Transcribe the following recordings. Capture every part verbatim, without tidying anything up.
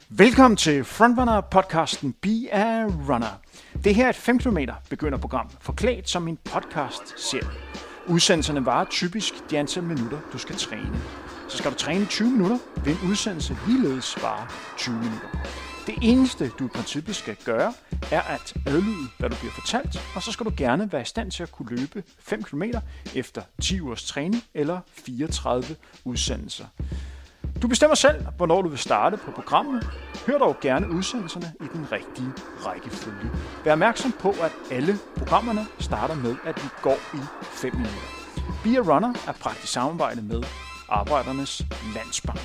Velkommen til Frontrunner-podcasten Be a Runner. Det her er et fem kilometer begynderprogram, forklædt som en podcast-serie. Udsendelserne varer typisk de antal minutter, du skal træne. Så skal du træne i tyve minutter, vil en udsendelse ligeledes vare tyve minutter. Det eneste, du i princippet skal gøre, er at adlyde, hvad du bliver fortalt, og så skal du gerne være i stand til at kunne løbe fem kilometer efter ti ugers træning eller fireogtredive udsendelser. Du bestemmer selv, hvornår du vil starte på programmet. Hør dog gerne udsendelserne i den rigtige rækkefølge. Vær opmærksom på, at alle programmerne starter med, at vi går i fem minutter. Be a Runner er praktisk samarbejde med Arbejdernes Landsbank.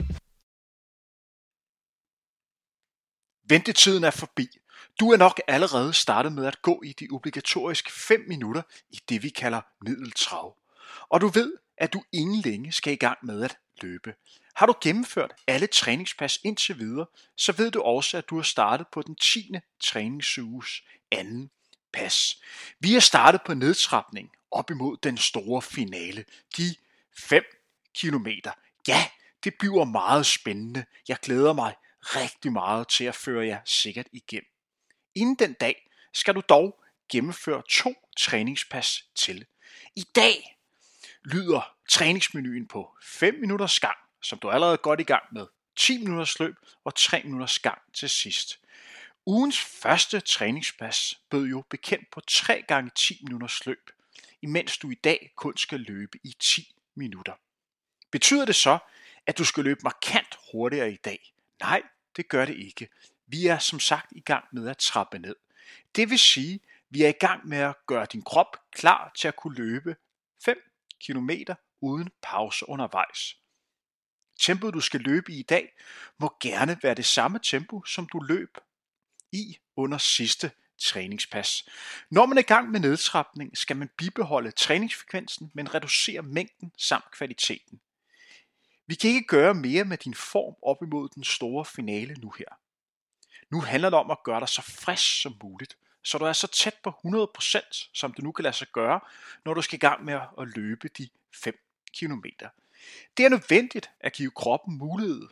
Ventetiden er forbi. Du er nok allerede startet med at gå i de obligatoriske fem minutter i det, vi kalder middeltrav. Og du ved, at du inden længe skal i gang med at løbe. Har du gennemført alle træningspas indtil videre, så ved du også, at du har startet på den tiende træningsuges anden pas. Vi er startet på nedtrapning op imod den store finale, de fem kilometer. Ja, det bliver meget spændende. Jeg glæder mig rigtig meget til at føre jer sikkert igennem. Inden den dag skal du dog gennemføre to træningspas til. I dag lyder træningsmenuen på fem minutters gang, som du er allerede godt i gang med, ti minutters løb og tre minutters gang til sidst. Ugens første træningspas bød jo bekendt på tre gange ti minutters løb, imens du i dag kun skal løbe i ti minutter. Betyder det så, at du skal løbe markant hurtigere i dag? Nej, det gør det ikke. Vi er som sagt i gang med at trappe ned. Det vil sige, vi er i gang med at gøre din krop klar til at kunne løbe fem kilometer uden pause undervejs. Tempoet du skal løbe i i dag må gerne være det samme tempo, som du løb i under sidste træningspas. Når man er i gang med nedtrapning, skal man bibeholde træningsfrekvensen, men reducere mængden samt kvaliteten. Vi kan ikke gøre mere med din form op imod den store finale nu her. Nu handler det om at gøre dig så frisk som muligt, så du er så tæt på hundrede procent, som det nu kan lade sig gøre, når du skal i gang med at løbe de fem kilometer. Det er nødvendigt at give kroppen mulighed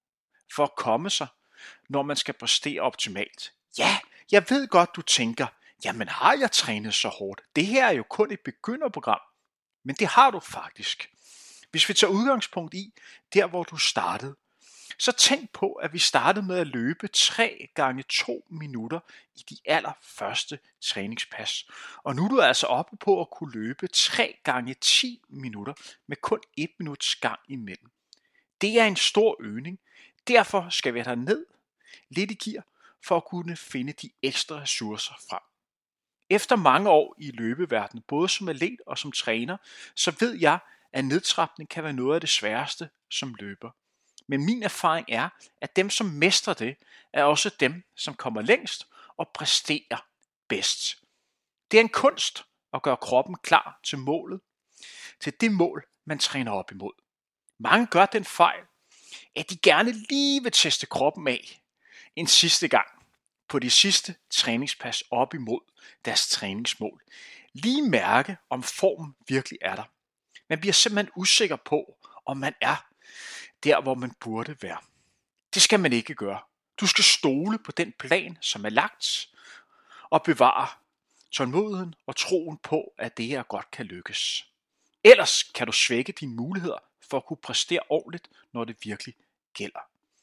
for at komme sig, når man skal præstere optimalt. Ja, jeg ved godt, du tænker, jamen har jeg trænet så hårdt? Det her er jo kun et begynderprogram, men det har du faktisk. Hvis vi tager udgangspunkt i, der hvor du startede, så tænk på, at vi startede med at løbe tre gange to minutter i de allerførste træningspas. Og nu er du altså oppe på at kunne løbe tre gange ti minutter med kun et minuts gang imellem. Det er en stor øgning. Derfor skal vi have dig ned lidt i gear for at kunne finde de ekstra ressourcer frem. Efter mange år i løbeverdenen, både som atlet og som træner, så ved jeg, at nedtrapning kan være noget af det sværeste som løber. Men min erfaring er, at dem som mestrer det, er også dem, som kommer længst og præsterer bedst. Det er en kunst at gøre kroppen klar til målet, til det mål, man træner op imod. Mange gør den fejl, at de gerne lige vil teste kroppen af en sidste gang på de sidste træningspas op imod deres træningsmål. Lige mærke, om formen virkelig er der. Man bliver simpelthen usikker på, om man er der, hvor man burde være. Det skal man ikke gøre. Du skal stole på den plan, som er lagt, og bevare tålmodigheden og troen på, at det her godt kan lykkes. Ellers kan du svække dine muligheder for at kunne præstere ordentligt, når det virkelig gælder.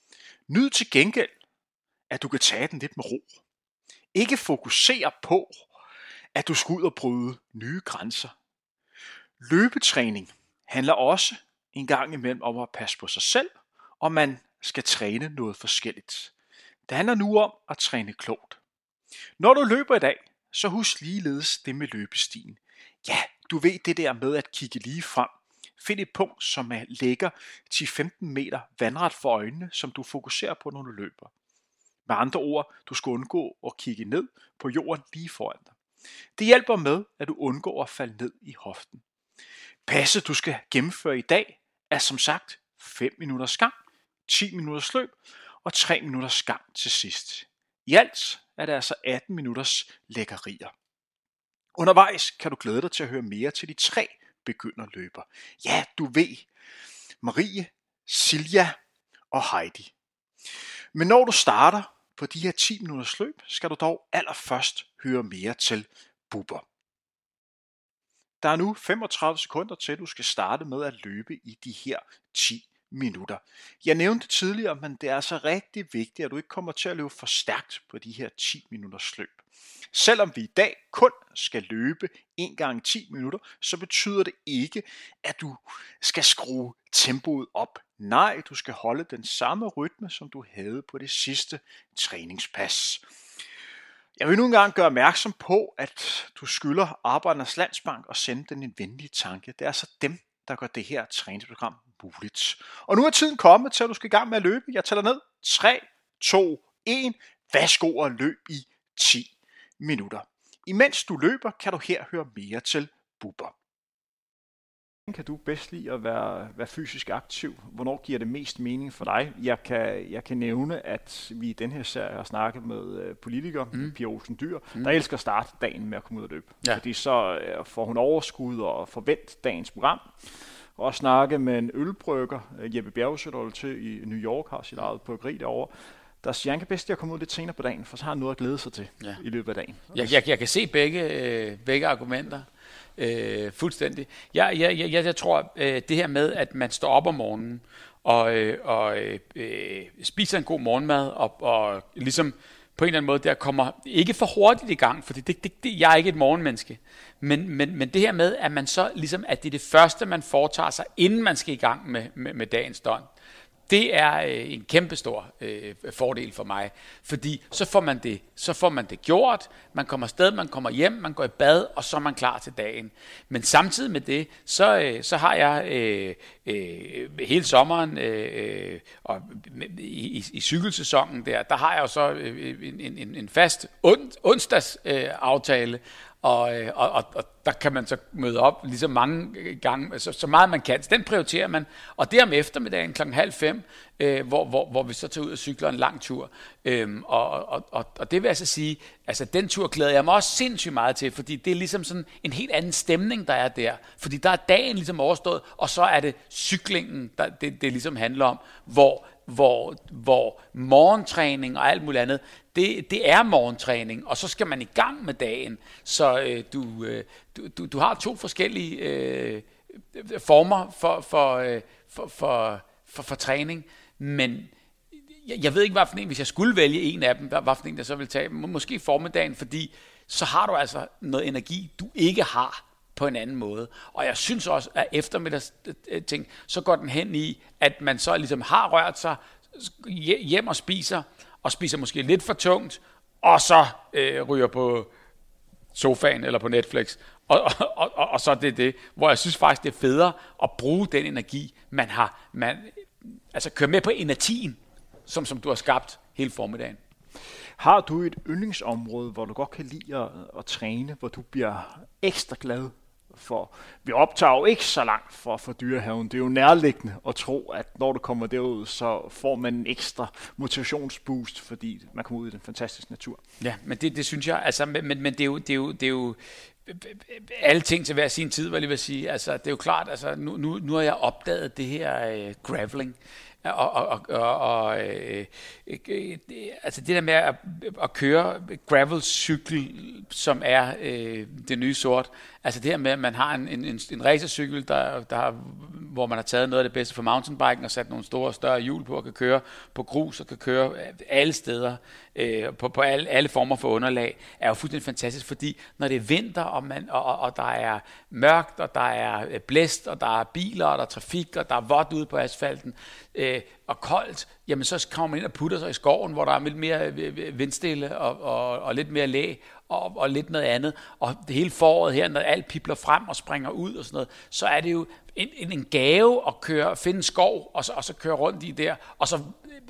Nyd til gengæld, at du kan tage den lidt med ro. Ikke fokusere på, at du skal ud og bryde nye grænser. Løbetræning handler også en gang imellem om at passe på sig selv, og man skal træne noget forskelligt. Det handler nu om at træne klogt. Når du løber i dag, så husk ligeledes det med løbestien. Ja, du ved det der med at kigge lige frem. Find et punkt, som er lægger ti til femten meter vandret for øjnene, som du fokuserer på, når du løber. Med andre ord, du skal undgå at kigge ned på jorden lige foran dig. Det hjælper med, at du undgår at falde ned i hoften. Passet, du skal gennemføre i dag, er som sagt fem minutters gang, ti minutters løb og tre minutters gang til sidst. I alt er det altså atten minutters lækkerier. Undervejs kan du glæde dig til at høre mere til de tre begynderløber. Ja, du ved, Marie, Silja og Heidi. Men når du starter på de her ti minutters løb, skal du dog allerførst høre mere til Bubber. Der er nu femogtredive sekunder til, du skal starte med at løbe i de her ti minutter. Jeg nævnte tidligere, men det er altså rigtig vigtigt, at du ikke kommer til at løbe for stærkt på de her ti minutters løb. Selvom vi i dag kun skal løbe en gang ti minutter, så betyder det ikke, at du skal skrue tempoet op. Nej, du skal holde den samme rytme, som du havde på det sidste træningspas. Jeg vil nu engang gøre opmærksom på, at du skylder Arbejdernes Landsbank og sende den en venlig tanke. Det er altså dem, der gør det her træningsprogram muligt. Og nu er tiden kommet til, at du skal i gang med at løbe. Jeg tæller ned. tre, to, et. Værsgo og løb i ti minutter. Imens du løber, kan du her høre mere til Bubber. Kan du bedst lide at være, være fysisk aktiv? Hvornår giver det mest mening for dig? Jeg kan, jeg kan nævne, at vi i den her serie har snakket med uh, politikere, mm. Pia Olsen Dyhr, mm. der elsker at starte dagen med at komme ud og løbe. Ja. Fordi så uh, får hun overskud og forvent dagens program. Og snakke med en ølbrygger, uh, Jeppe Bjergsø, til i New York, har sit eget bryggeri derovre. Der siger, han kan bedst at komme ud lidt senere på dagen, for så har han noget at glæde sig til ja. i løbet af dagen. Jeg, jeg, jeg kan se begge, øh, begge argumenter. Øh, fuldstændig. Jeg, jeg, jeg, jeg tror, øh, det her med, at man står op om morgenen og, øh, og øh, spiser en god morgenmad, og, og ligesom på en eller anden måde der kommer ikke for hurtigt i gang, for det, det, det, jeg er ikke et morgenmenneske, men, men, men det her med, at man så ligesom, at det er det første, man foretager sig, inden man skal i gang med, med, med dagens døgn. Det er øh, en kæmpestor øh, fordel for mig, fordi så får man det, så får man det gjort, man kommer afsted, man kommer hjem, man går i bad, og så er man klar til dagen. Men samtidig med det, så, øh, så har jeg øh, øh, hele sommeren øh, og i, i, i cykelsæsonen der, der har jeg jo så øh, en, en, en fast ond, onsdags øh, aftale. Og, og, og, og der kan man så møde op lige så mange gange, så, så meget man kan. Så den prioriterer man. Og det om eftermiddagen klokken halv fem, øh, hvor, hvor, hvor vi så tager ud og cykler en lang tur. Øhm, og, og, og, og det vil jeg så sige, altså den tur glæder jeg mig også sindssygt meget til, fordi det er ligesom sådan en helt anden stemning, der er der. Fordi der er dagen ligesom overstået, og så er det cyklingen, der, det, det ligesom handler om, hvor Hvor, hvor morgentræning og alt muligt andet, det, det er morgentræning, og så skal man i gang med dagen. Så øh, du, øh, du, du har to forskellige øh, former for, for, øh, for, for, for, for træning, men jeg, jeg ved ikke, hvad for en, hvis jeg skulle vælge en af dem, hvad for en, jeg så vil tage, måske formiddagen, fordi så har du altså noget energi, du ikke har på en anden måde. Og jeg synes også, at eftermiddags ting, så går den hen i, at man så ligesom har rørt sig hjem og spiser, og spiser måske lidt for tungt, og så øh, ryger på sofaen eller på Netflix. Og, og, og, og så er det det, hvor jeg synes faktisk, det er federe at bruge den energi, man har, man, altså køre med på energien, som, som du har skabt hele formiddagen. Har du et yndlingsområde, hvor du godt kan lide at, at træne, hvor du bliver ekstra glad for? Vi optager jo ikke så langt for, for Dyrehaven. Det er jo nærliggende at tro, at når du kommer derud, så får man en ekstra motivationsboost, fordi man kommer ud i den fantastiske natur. Ja, men det, det synes jeg, altså, men, men det er jo, det er jo, det er jo alle ting til hver sin tid, hvad jeg vil sige. Altså, det er jo klart, altså, nu, nu, nu har jeg opdaget det her øh, graveling. Og, og, og, og øh, øh, altså det der med at, at køre gravelcykel, som er øh, det nye sort, altså det her med, at man har en, en, en racercykel, der, der har, hvor man har taget noget af det bedste for mountainbiken og sat nogle store, større hjul på og kan køre på grus og kan køre alle steder, øh, på, på alle, alle former for underlag, er jo fuldstændig fantastisk, fordi når det er vinter, og, man, og, og, og der er mørkt, og der er blæst, og der er biler, og der er trafik, og der er vådt ude på asfalten, øh, og koldt, jamen så kommer man ind og putter sig i skoven, hvor der er lidt mere vindstille og, og, og lidt mere læ og, og lidt noget andet. Og det hele foråret her, når alt pipler frem og springer ud og sådan noget, så er det jo en, en, en gave at køre, finde en skov og så, og så køre rundt i der, og så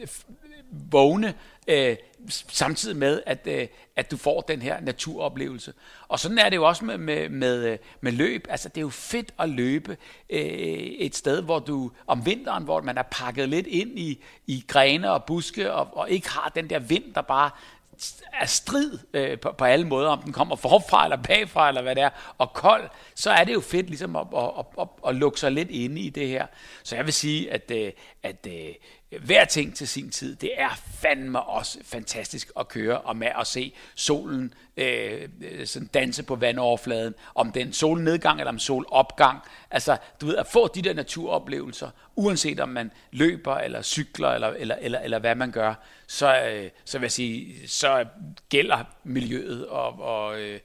vågne øh, samtidig med, at, øh, at du får den her naturoplevelse. Og sådan er det jo også med, med, med, med løb. Altså det er jo fedt at løbe øh, et sted, hvor du om vinteren, hvor man er pakket lidt ind i, i grene og buske, og, og ikke har den der vind, der bare er strid øh, på, på alle måder, om den kommer forfra eller bagfra, eller hvad det er, og kold, så er det jo fedt ligesom at, at, at, at, at lukke sig lidt inde i det her. Så jeg vil sige, at, at, at hver ting til sin tid. Det er fandme også fantastisk at køre og med at se solen øh, sådan danse på vandoverfladen. Om det er en solnedgang eller en solopgang. Altså, du ved, at få de der naturoplevelser, uanset om man løber eller cykler eller, eller, eller, eller hvad man gør, så, øh, så vil jeg sige, så gælder miljøet og, og, øh,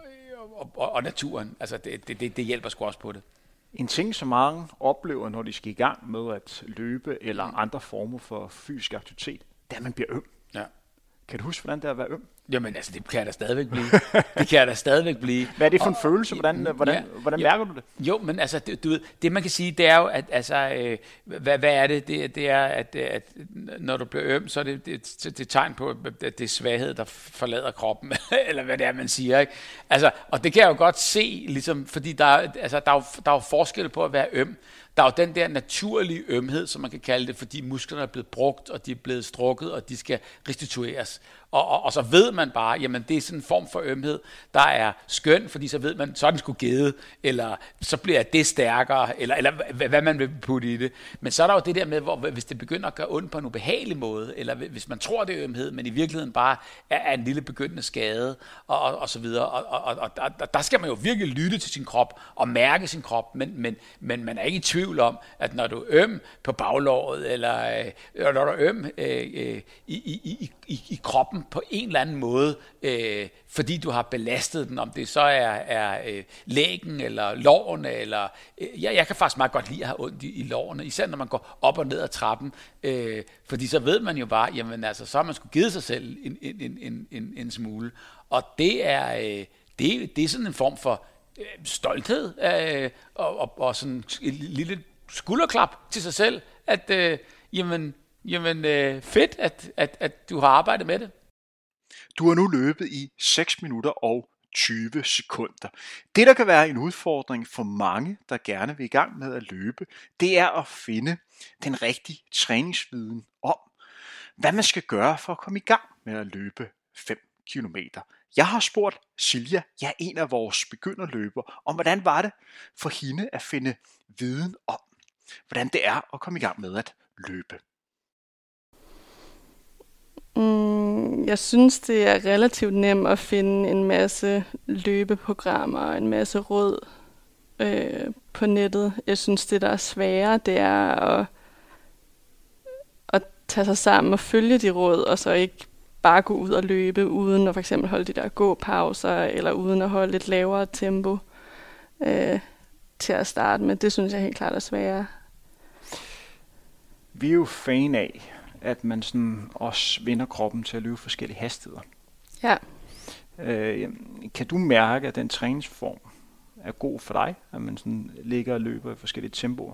og, og, og naturen. Altså, det, det, det hjælper sgu også på det. En ting, som mange oplever, når de skal i gang med at løbe eller andre former for fysisk aktivitet, det er, at man bliver øm. Ja. Kan du huske, hvordan det er at være øm? Jamen altså, det kan jeg da stadigvæk blive. Det kan jeg da stadigvæk blive. Hvad er det for og, en følelse? Hvordan, hvordan, ja, hvordan mærker du det? Jo, men altså, det, du ved, det man kan sige, det er jo, at altså, øh, hvad, hvad er det? det? Det er, at, at når du bliver øm, så er det, det, det er tegn på, at det er svaghed, der forlader kroppen, eller hvad det er, man siger, ikke? Altså, og det kan jeg jo godt se, ligesom, fordi der, altså, der, er jo, der er jo forskel på at være øm. Der er jo den der naturlige ømhed, som man kan kalde det, fordi musklerne er blevet brugt, og de er blevet strukket, og de skal restitueres. Og, og, og så ved man bare, jamen det er sådan en form for ømhed, der er skøn, fordi så ved man, så er den sgu givet, eller så bliver det stærkere, eller, eller hvad, hvad man vil putte i det. Men så er der jo det der med, hvor hvis det begynder at gøre ondt på en ubehagelig måde, eller hvis man tror, det er ømhed, men i virkeligheden bare er, er en lille begyndende skade, og, og, og så videre. Og, og, og, og der skal man jo virkelig lytte til sin krop, og mærke sin krop, men, men, men man er ikke i tvivl om, at når du er øm på baglåret, eller øh, når du er øm øh, øh, i, i, i, i, i kroppen, på en eller anden måde, øh, fordi du har belastet den, om det så er, er øh, lægen eller lårene, eller øh, jeg, jeg kan faktisk meget godt lide at have ondt i, i lårene, især når man går op og ned ad trappen, øh, fordi så ved man jo bare, jamen altså, så har man sgu givet sig selv en, en, en, en, en, en smule, og det er, øh, det, det er sådan en form for øh, stolthed, øh, og, og, og sådan et lille skulderklap til sig selv, at øh, jamen, jamen øh, fedt, at, at, at du har arbejdet med det. Du har nu løbet i seks minutter og tyve sekunder. Det, der kan være en udfordring for mange, der gerne vil i gang med at løbe, det er at finde den rigtige træningsviden om, hvad man skal gøre for at komme i gang med at løbe fem kilometer. Jeg har spurgt Silja, jeg er en af vores begynderløbere, om hvordan var det for hende at finde viden om, hvordan det er at komme i gang med at løbe. Mm, jeg synes, det er relativt nemt at finde en masse løbeprogrammer og en masse råd øh, på nettet. Jeg synes, det der er sværere, det er at, at tage sig sammen og følge de råd, og så ikke bare gå ud og løbe, uden at for eksempel holde de der gåpauser, eller uden at holde et lavere tempo øh, til at starte med. Det synes jeg helt klart er sværere. Vi er jo fan af, at man sådan også vinder kroppen til at løbe forskellige hastigheder. Ja. Øh, kan du mærke, at den træningsform er god for dig, at man sådan ligger og løber i forskellige tempoer?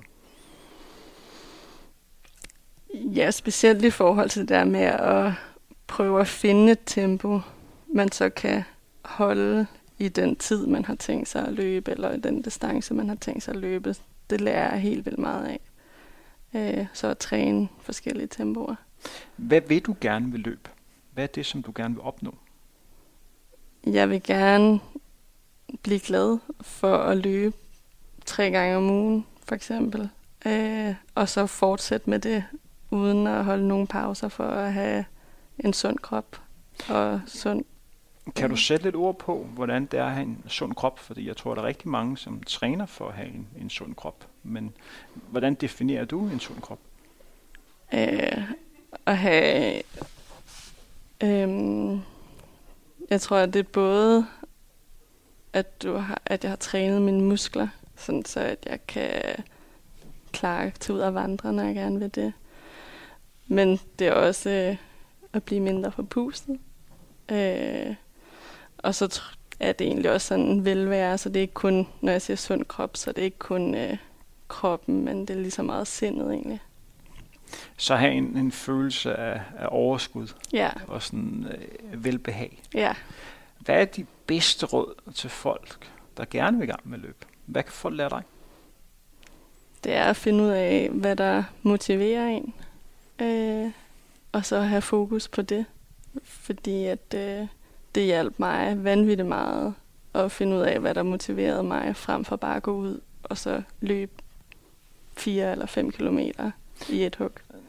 Ja, specielt i forhold til det der med at prøve at finde et tempo, man så kan holde i den tid, man har tænkt sig at løbe, eller i den distance, man har tænkt sig at løbe. Det lærer jeg helt vildt meget af. Øh, så at træne forskellige tempoer. Hvad vil du gerne vil løbe? Hvad er det, som du gerne vil opnå? Jeg vil gerne blive glad for at løbe tre gange om ugen, for eksempel. Øh, og så fortsætte med det, uden at holde nogen pauser for at have en sund krop og sund. Kan du sætte lidt ord på, hvordan det er at have en sund krop? Fordi jeg tror, der er rigtig mange, som træner for at have en, en sund krop. Men hvordan definerer du en sund krop? Øh, at have... Øh, jeg tror, at det er både, at, du har, at jeg har trænet mine muskler, sådan så at jeg kan klare at tage ud og vandre, når jeg gerne vil det. Men det er også øh, at blive mindre forpustet. Øh, og så tr- er det egentlig også sådan velvære, så det er ikke kun, når jeg siger sund krop, så det er ikke kun øh, kroppen, men det er lige så meget sindet egentlig. Så have en, en følelse af, af overskud, ja. Og sådan øh, velbehag. Ja. Hvad er de bedste råd til folk, der gerne vil i gang med at løbe? Hvad kan folk lære dig? Det er at finde ud af, hvad der motiverer en, øh, og så have fokus på det. Fordi at øh, det hjalp mig vanvittigt meget at finde ud af, hvad der motiverede mig, frem for bare at gå ud og så løbe fire eller fem kilometer i et hug.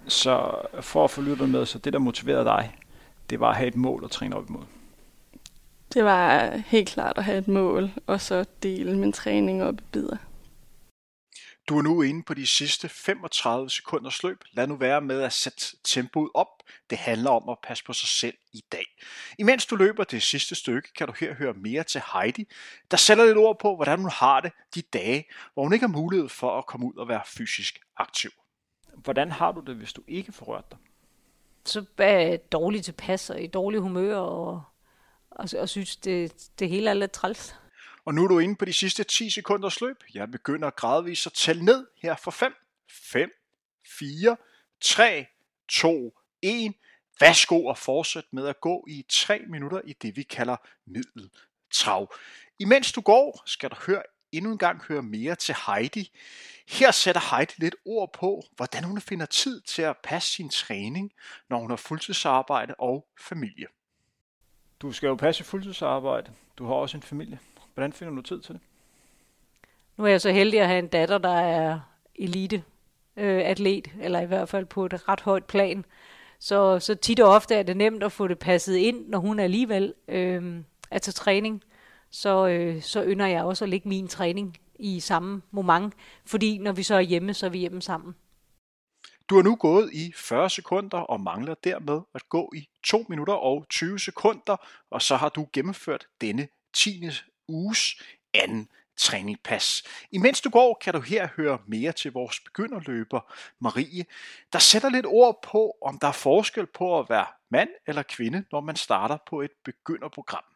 Så for at få lyttet med, så det der motiverede dig, det var at have et mål at træne op imod. Det var helt klart at have et mål, og så dele min træning op i bidder. Du er nu inde på de sidste femogtredive sekunders løb. Lad nu være med at sætte tempoet op. Det handler om at passe på sig selv i dag. Imens du løber det sidste stykke, kan du her høre mere til Heidi, der sætter lidt ord på, hvordan hun har det de dage, hvor hun ikke har mulighed for at komme ud og være fysisk aktiv. Hvordan har du det, hvis du ikke får rørt dig? Så er jeg dårlig tilpas og i dårlig humør og, og, og synes, det, det hele er lidt træls. Og nu er du inde på de sidste ti sekunders løb. Jeg begynder gradvist at tælle ned her for fem, fem, fire, tre, to, et. Værsgo og fortsæt med at gå i tre minutter i det, vi kalder middeltrav. Imens du går, skal du høre, endnu en gang høre mere til Heidi. Her sætter Heidi lidt ord på, hvordan hun finder tid til at passe sin træning, når hun har fuldtidsarbejde og familie. Du skal jo passe fuldtidsarbejde. Du har også en familie. Hvordan finder du tid til det? Nu er jeg så heldig at have en datter, der er elite øh, atlet, eller i hvert fald på et ret højt plan. Så, så tit og ofte er det nemt at få det passet ind, når hun alligevel øh, er til træning. Så, øh, så ynder jeg også at lægge min træning i samme moment, fordi når vi så er hjemme, så er vi hjemme sammen. Du har nu gået i fyrre sekunder og mangler dermed at gå i to minutter og tyve sekunder, og så har du gennemført denne tiende uges anden træningspas. Imens du går, kan du her høre mere til vores begynderløber Marie, der sætter lidt ord på, om der er forskel på at være mand eller kvinde, når man starter på et begynderprogram.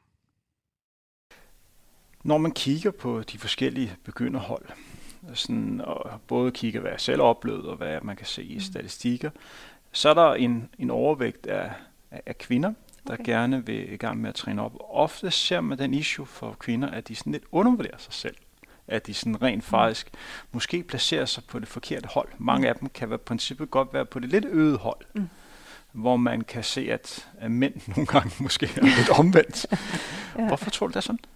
Når man kigger på de forskellige begynderhold, sådan, og både kigger, hvad jeg selv har oplevet, og hvad man kan se i statistikker, så er der en, en overvægt af, af kvinder, der okay. gerne vil i gang med at træne op. Ofte ser man den issue for kvinder, at de sådan lidt undervurderer sig selv. At de sådan rent faktisk mm. måske placerer sig på det forkerte hold. Mange af dem kan være princippet godt være på det lidt øget hold, mm. hvor man kan se, at, at mænd nogle gange måske er lidt omvendt. ja. Hvorfor tror du det er sådan?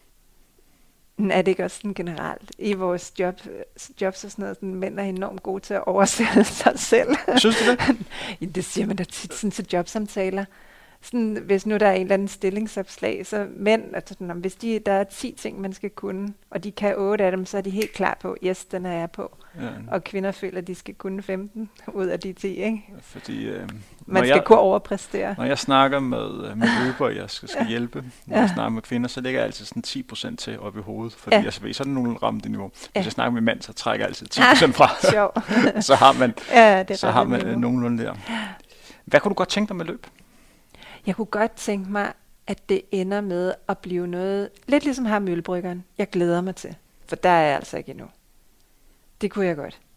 Er det ikke også sådan generelt i vores job, jobs og sådan noget, sådan, mænd er enormt gode til at oversælge sig selv? Synes du det? Det siger man da tit sådan til jobsamtaler. Sådan, hvis nu der er en eller anden stillingsopslag, så mænd, altså, sådan, hvis de, der er ti ting, man skal kunne, og de kan otte af dem, så er de helt klar på, yes, den er jeg på. Ja. Og kvinder føler, at de skal kunne femten ud af de ti, ikke? Fordi, øh, man skal jeg, kunne overpræstere. Når jeg snakker med, med løber, jeg skal, skal ja. hjælpe, når ja. jeg snakker med kvinder, så lægger jeg altid sådan ti procent til op i hovedet, fordi ja. jeg ved, så er det nogen ramme det niveau. Hvis ja. jeg snakker med mænd, så trækker jeg altid ti procent fra. så har man, ja, det så har man øh, nogenlunde der. Hvad kunne du godt tænke dig med løb? Jeg kunne godt tænke mig, at det ender med at blive noget, lidt ligesom her Møllebryggeren, jeg glæder mig til. For der er jeg altså ikke endnu. Det kunne jeg godt.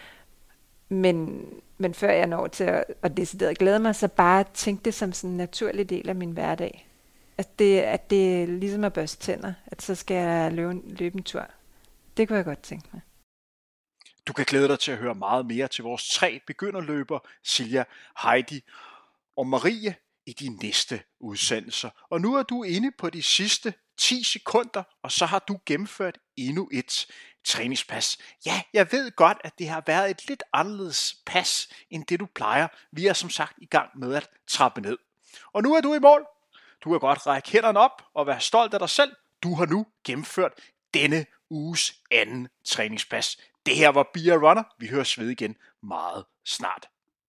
Men, men før jeg når til at, at decideret glæde mig, så bare tænke det som sådan en naturlig del af min hverdag. At det, at det er ligesom at børste tænder, at så skal jeg løbe, løbe en tur. Det kunne jeg godt tænke mig. Du kan glæde dig til at høre meget mere til vores tre begynderløber, Silja, Heidi og Marie, i de næste udsendelser. Og nu er du inde på de sidste ti sekunder, og så har du gennemført endnu et træningspas. Ja, jeg ved godt, at det har været et lidt anderledes pas, end det du plejer. Vi er som sagt i gang med at trappe ned. Og nu er du i mål. Du kan godt række hænderne op og være stolt af dig selv. Du har nu gennemført denne uges anden træningspas. Det her var Be A Runner. Vi høres ved igen meget snart.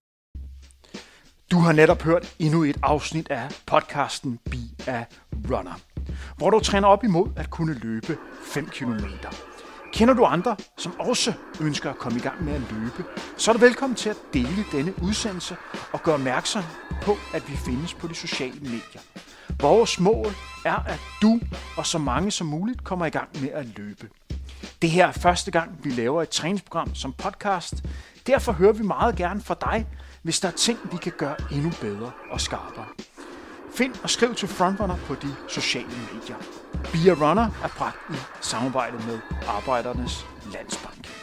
Du har netop hørt endnu et afsnit af podcasten Be A Runner, hvor du træner op imod at kunne løbe fem kilometer. Kender du andre, som også ønsker at komme i gang med at løbe, så er du velkommen til at dele denne udsendelse og gøre opmærksom på, at vi findes på de sociale medier. Vores mål er, at du og så mange som muligt kommer i gang med at løbe. Det her er første gang, vi laver et træningsprogram som podcast. Derfor hører vi meget gerne fra dig, hvis der er ting, vi kan gøre endnu bedre og skarpere. Find og skriv til Frontrunner på de sociale medier. Be A Runner er bragt i samarbejde med Arbejdernes Landsbank.